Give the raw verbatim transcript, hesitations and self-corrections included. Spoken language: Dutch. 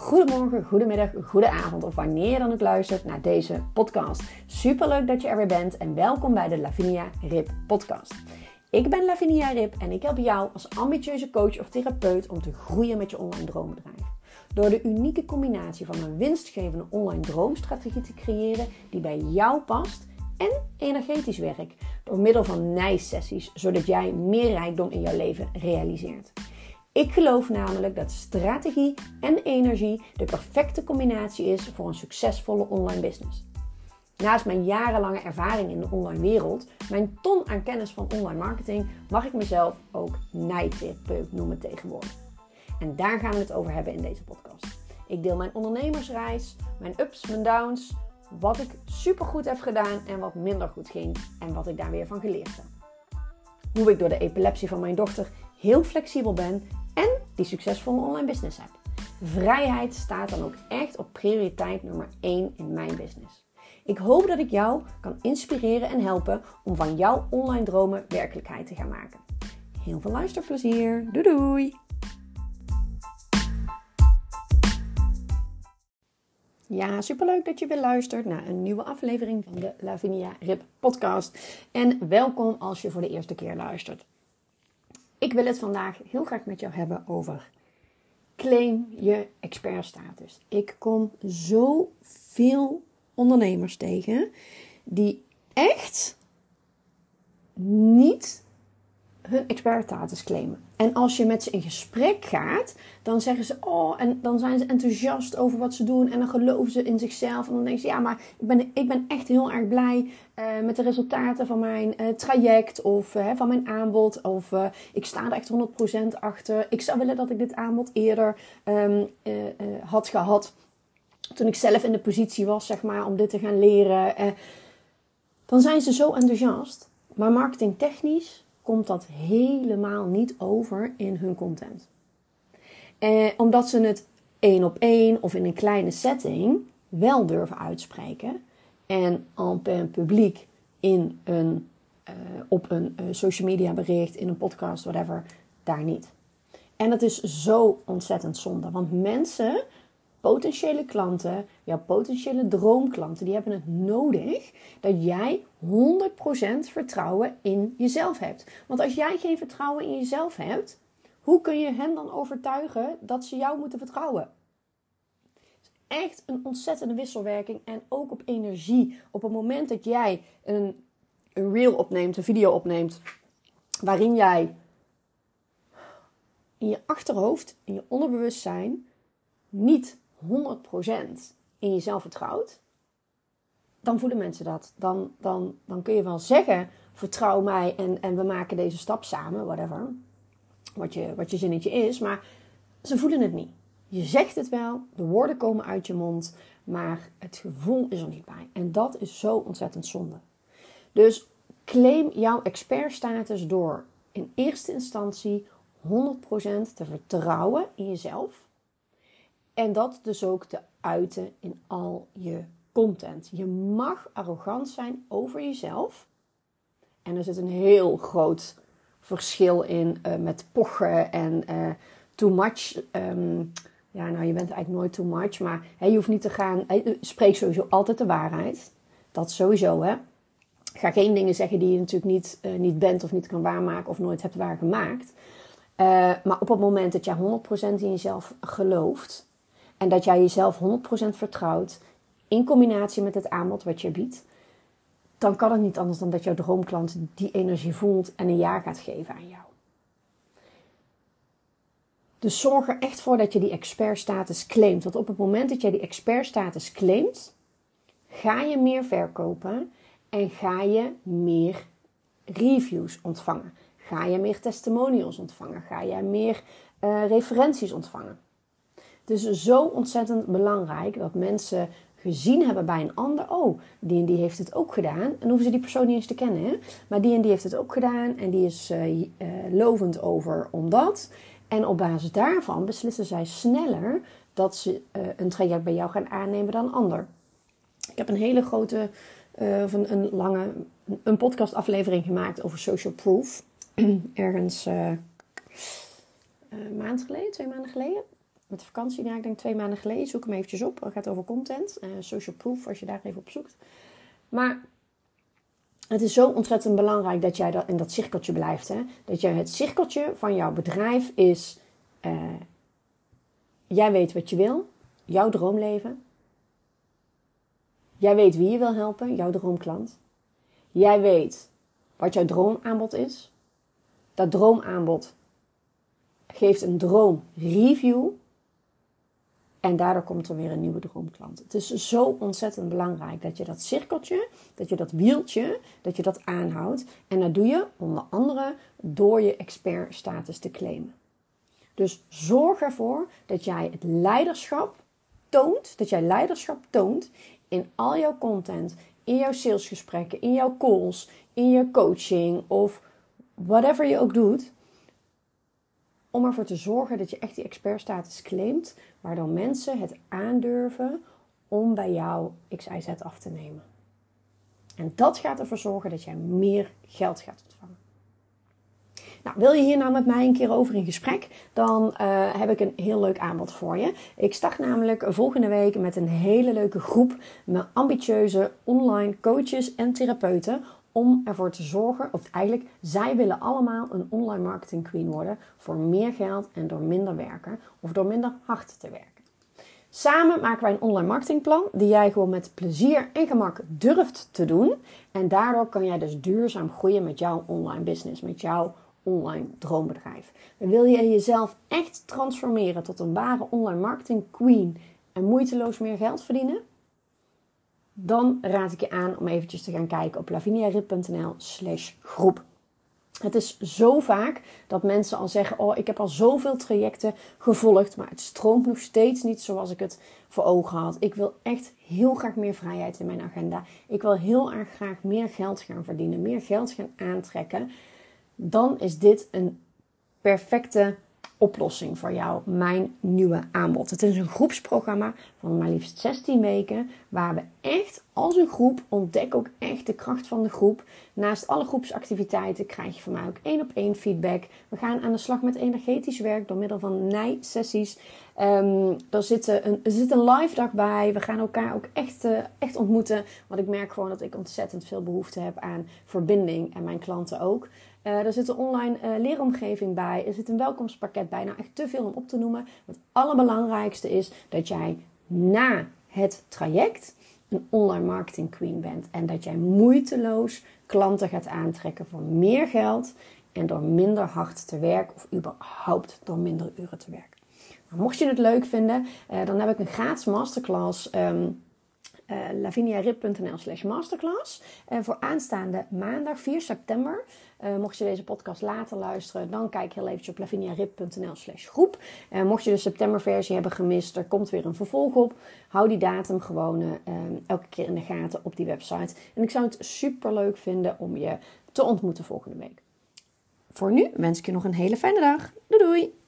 goedemorgen, goedemiddag, goedenavond of wanneer je dan ook luistert naar deze podcast. Superleuk dat je er weer bent en welkom bij de Lavinia Rip podcast. Ik ben Lavinia Rip en ik help jou als ambitieuze coach of therapeut om te groeien met je online droombedrijf. Door de unieke combinatie van een winstgevende online droomstrategie te creëren die bij jou past en energetisch werk. Door middel van NICE-sessies, zodat jij meer rijkdom in jouw leven realiseert. Ik geloof namelijk dat strategie en energie de perfecte combinatie is voor een succesvolle online business. Naast mijn jarenlange ervaring in de online wereld, mijn ton aan kennis van online marketing, mag ik mezelf ook NICE-therapeut noemen tegenwoordig. En daar gaan we het over hebben in deze podcast. Ik deel mijn ondernemersreis, mijn ups, mijn downs, wat ik supergoed heb gedaan en wat minder goed ging en wat ik daar weer van geleerd heb. Hoe ik door de epilepsie van mijn dochter heel flexibel ben en die succesvolle online business heb. Vrijheid staat dan ook echt op prioriteit nummer één in mijn business. Ik hoop dat ik jou kan inspireren en helpen om van jouw online dromen werkelijkheid te gaan maken. Heel veel luisterplezier. Doei doei! Ja, superleuk dat je weer luistert naar een nieuwe aflevering van de Lavinia Rip podcast. En welkom als je voor de eerste keer luistert. Ik wil het vandaag heel graag met jou hebben over claim je expertstatus. Ik kom zoveel ondernemers tegen die echt niet hun expertstatus claimen. En als je met ze in gesprek gaat, dan zeggen ze, oh, en dan zijn ze enthousiast over wat ze doen en dan geloven ze in zichzelf. En dan denken ze, ja, maar ik ben, ik ben echt heel erg blij uh, met de resultaten van mijn uh, traject of uh, van mijn aanbod. Of uh, ik sta er echt honderd procent achter. Ik zou willen dat ik dit aanbod eerder um, uh, uh, had gehad toen ik zelf in de positie was, zeg maar, om dit te gaan leren. Uh, dan zijn ze zo enthousiast. Maar marketingtechnisch komt dat helemaal niet over in hun content. Eh, omdat ze het één op één of in een kleine setting wel durven uitspreken. En en publiek in een, uh, op een uh, social media bericht, in een podcast, whatever, daar niet. En dat is zo ontzettend zonde. Want mensen, potentiële klanten, jouw potentiële droomklanten, die hebben het nodig dat jij honderd procent vertrouwen in jezelf hebt. Want als jij geen vertrouwen in jezelf hebt, hoe kun je hen dan overtuigen dat ze jou moeten vertrouwen? Het is echt een ontzettende wisselwerking en ook op energie. Op het moment dat jij een, een reel opneemt, een video opneemt, waarin jij in je achterhoofd, in je onderbewustzijn, niet honderd procent in jezelf vertrouwt, dan voelen mensen dat. Dan, dan, dan kun je wel zeggen, vertrouw mij en, en we maken deze stap samen, whatever. Wat je, wat je zinnetje is, maar ze voelen het niet. Je zegt het wel, de woorden komen uit je mond, maar het gevoel is er niet bij. En dat is zo ontzettend zonde. Dus claim jouw expertstatus door in eerste instantie honderd procent te vertrouwen in jezelf. En dat dus ook te uiten in al je content. Je mag arrogant zijn over jezelf. En er zit een heel groot verschil in uh, met pochen en uh, too much. Um, ja, nou, je bent eigenlijk nooit too much. Maar hey, je hoeft niet te gaan. Hey, spreek sowieso altijd de waarheid. Dat sowieso, hè. Ga geen dingen zeggen die je natuurlijk niet, uh, niet bent of niet kan waarmaken of nooit hebt waargemaakt. Uh, maar op het moment dat jij honderd procent in jezelf gelooft en dat jij jezelf honderd procent vertrouwt in combinatie met het aanbod wat je biedt, dan kan het niet anders dan dat jouw droomklant die energie voelt en een ja gaat geven aan jou. Dus zorg er echt voor dat je die expertstatus claimt. Want op het moment dat jij die expertstatus claimt, ga je meer verkopen en ga je meer reviews ontvangen. Ga je meer testimonials ontvangen. Ga je meer uh, referenties ontvangen. Het is zo ontzettend belangrijk dat mensen gezien hebben bij een ander. Oh, die en die heeft het ook gedaan. En dan hoeven ze die persoon niet eens te kennen. Hè? Maar die en die heeft het ook gedaan. En die is uh, uh, lovend over omdat. En op basis daarvan beslissen zij sneller dat ze uh, een traject bij jou gaan aannemen dan een ander. Ik heb een hele grote, uh, of een, een lange, een podcastaflevering gemaakt over social proof. Ergens uh, een maand geleden, twee maanden geleden. met de vakantie, ja, ik denk twee maanden geleden. Zoek hem eventjes op. Het gaat over content. Uh, social proof, als je daar even op zoekt. Maar het is zo ontzettend belangrijk dat jij dat in dat cirkeltje blijft. Hè? Dat jij het cirkeltje van jouw bedrijf is... Uh, jij weet wat je wil. Jouw droomleven. Jij weet wie je wil helpen. Jouw droomklant. Jij weet wat jouw droomaanbod is. Dat droomaanbod geeft een droomreview. En daardoor komt er weer een nieuwe droomklant. Het is zo ontzettend belangrijk dat je dat cirkeltje, dat je dat wieltje, dat je dat aanhoudt. En dat doe je onder andere door je expertstatus te claimen. Dus zorg ervoor dat jij het leiderschap toont, dat jij leiderschap toont in al jouw content, in jouw salesgesprekken, in jouw calls, in je coaching of whatever je ook doet. Om ervoor te zorgen dat je echt die expertstatus claimt, waardoor mensen het aandurven om bij jou X Y Z af te nemen. En dat gaat ervoor zorgen dat jij meer geld gaat ontvangen. Nou, wil je hier nou met mij een keer over in gesprek, dan uh, heb ik een heel leuk aanbod voor je. Ik start namelijk volgende week met een hele leuke groep met ambitieuze online coaches en therapeuten, om ervoor te zorgen, of eigenlijk, zij willen allemaal een online marketing queen worden voor meer geld en door minder werken of door minder hard te werken. Samen maken wij een online marketingplan die jij gewoon met plezier en gemak durft te doen. En daardoor kan jij dus duurzaam groeien met jouw online business, met jouw online droombedrijf. En wil je jezelf echt transformeren tot een ware online marketing queen en moeiteloos meer geld verdienen? Dan raad ik je aan om eventjes te gaan kijken op laviniarip.nl slash groep. Het is zo vaak dat mensen al zeggen, oh, ik heb al zoveel trajecten gevolgd, maar het stroomt nog steeds niet zoals ik het voor ogen had. Ik wil echt heel graag meer vrijheid in mijn agenda. Ik wil heel erg graag meer geld gaan verdienen, meer geld gaan aantrekken. Dan is dit een perfecte oplossing voor jou, mijn nieuwe aanbod. Het is een groepsprogramma van maar liefst zestien weken, waar we echt als een groep, ontdek ook echt de kracht van de groep. Naast alle groepsactiviteiten krijg je van mij ook één op één feedback. We gaan aan de slag met energetisch werk door middel van nij-sessies. Um, er, zit een, er zit een live dag bij. We gaan elkaar ook echt, uh, echt ontmoeten. Want ik merk gewoon dat ik ontzettend veel behoefte heb aan verbinding en mijn klanten ook. Uh, er zit een online uh, leeromgeving bij. Er zit een welkomstpakket bij. Nou, echt te veel om op te noemen. Het allerbelangrijkste is dat jij na het traject een online marketing queen bent. En dat jij moeiteloos klanten gaat aantrekken voor meer geld en door minder hard te werken of überhaupt door minder uren te werken. Nou, mocht je het leuk vinden, uh, dan heb ik een gratis masterclass. Um, Uh, laviniarip.nl slash masterclass. Uh, voor aanstaande maandag vier september. Uh, mocht je deze podcast later luisteren, dan kijk heel eventjes op laviniarip.nl slash groep. Uh, mocht je de septemberversie hebben gemist, er komt weer een vervolg op. Hou die datum gewoon uh, elke keer in de gaten op die website. En ik zou het super leuk vinden om je te ontmoeten volgende week. Voor nu wens ik je nog een hele fijne dag. Doei doei!